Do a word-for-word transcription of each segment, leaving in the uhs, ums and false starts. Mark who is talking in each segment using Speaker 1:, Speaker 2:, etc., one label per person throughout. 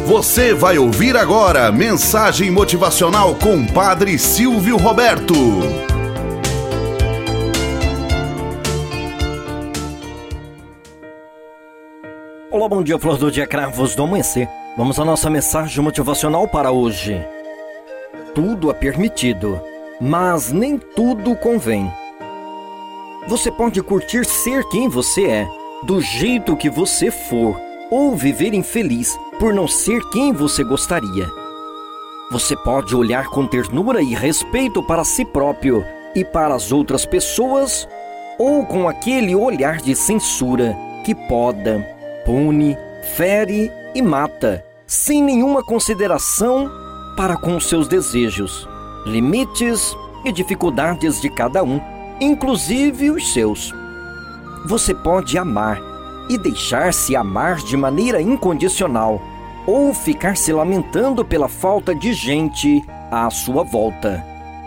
Speaker 1: Você vai ouvir agora mensagem motivacional com Padre Silvio Roberto.
Speaker 2: Olá, bom dia, flor do dia, cravos do amanhecer. Vamos à nossa mensagem motivacional para hoje. Tudo é permitido, mas nem tudo convém. Você pode curtir ser quem você é, do jeito que você for, ou viver infeliz por não ser quem você gostaria. Você pode olhar com ternura e respeito para si próprio e para as outras pessoas, ou com aquele olhar de censura que poda, pune, fere e mata, sem nenhuma consideração para com os seus desejos, limites e dificuldades de cada um, inclusive os seus. Você pode amar e deixar-se amar de maneira incondicional, ou ficar se lamentando pela falta de gente à sua volta.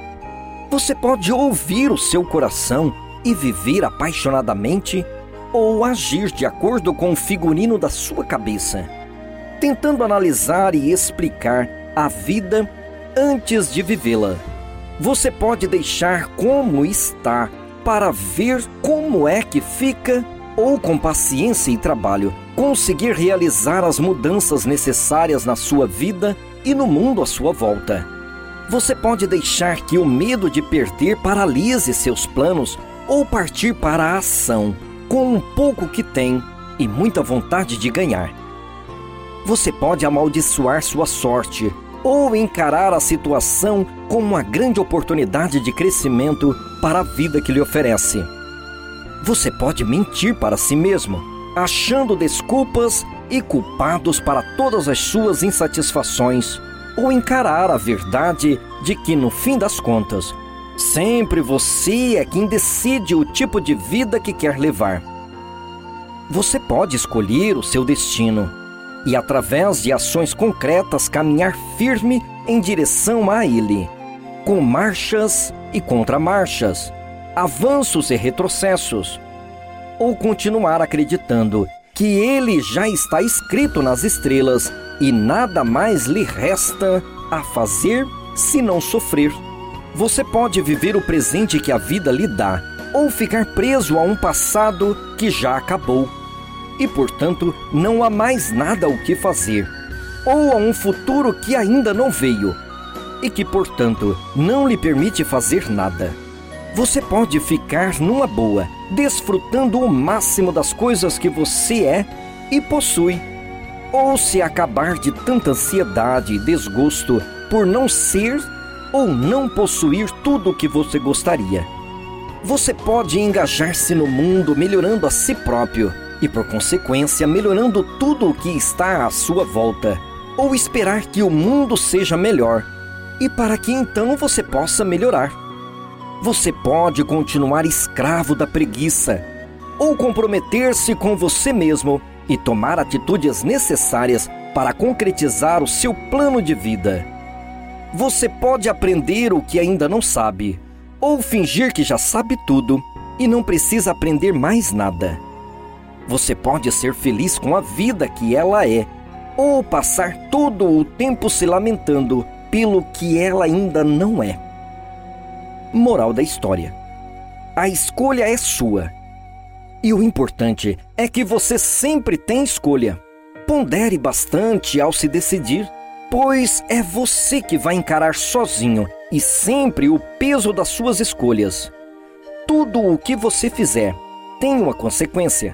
Speaker 2: Você pode ouvir o seu coração e viver apaixonadamente, ou agir de acordo com o figurino da sua cabeça, tentando analisar e explicar a vida antes de vivê-la. Você pode deixar como está para ver como é que fica, ou com paciência e trabalho, conseguir realizar as mudanças necessárias na sua vida e no mundo à sua volta. Você pode deixar que o medo de perder paralise seus planos, ou partir para a ação, com um pouco que tem e muita vontade de ganhar. Você pode amaldiçoar sua sorte, ou encarar a situação como uma grande oportunidade de crescimento para a vida que lhe oferece. Você pode mentir para si mesmo, achando desculpas e culpados para todas as suas insatisfações, ou encarar a verdade de que, no fim das contas, sempre você é quem decide o tipo de vida que quer levar. Você pode escolher o seu destino e, através de ações concretas, caminhar firme em direção a ele, com marchas e contramarchas, avanços e retrocessos, ou continuar acreditando que ele já está escrito nas estrelas e nada mais lhe resta a fazer senão sofrer. Você pode viver o presente que a vida lhe dá, ou ficar preso a um passado que já acabou e, portanto, não há mais nada o que fazer, ou a um futuro que ainda não veio e que, portanto, não lhe permite fazer nada. Você pode ficar numa boa, desfrutando o máximo das coisas que você é e possui, ou se acabar de tanta ansiedade e desgosto por não ser ou não possuir tudo o que você gostaria. Você pode engajar-se no mundo melhorando a si próprio e, por consequência, melhorando tudo o que está à sua volta, ou esperar que o mundo seja melhor, e para que então você possa melhorar. Você pode continuar escravo da preguiça, ou comprometer-se com você mesmo e tomar atitudes necessárias para concretizar o seu plano de vida. Você pode aprender o que ainda não sabe, ou fingir que já sabe tudo e não precisa aprender mais nada. Você pode ser feliz com a vida que ela é, ou passar todo o tempo se lamentando pelo que ela ainda não é. Moral da história: a escolha é sua. E o importante é que você sempre tem escolha. Pondere bastante ao se decidir, pois é você que vai encarar sozinho e sempre o peso das suas escolhas. Tudo o que você fizer tem uma consequência.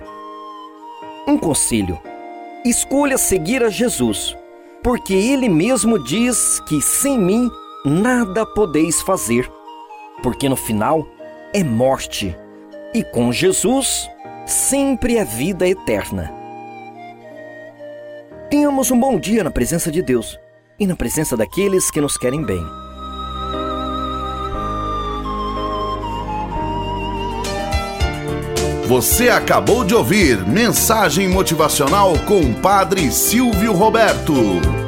Speaker 2: Um conselho: escolha seguir a Jesus, porque Ele mesmo diz que sem mim nada podeis fazer. Porque no final é morte, e com Jesus sempre é vida eterna. Tenhamos um bom dia na presença de Deus e na presença daqueles que nos querem bem.
Speaker 1: Você acabou de ouvir Mensagem Motivacional com Padre Silvio Roberto.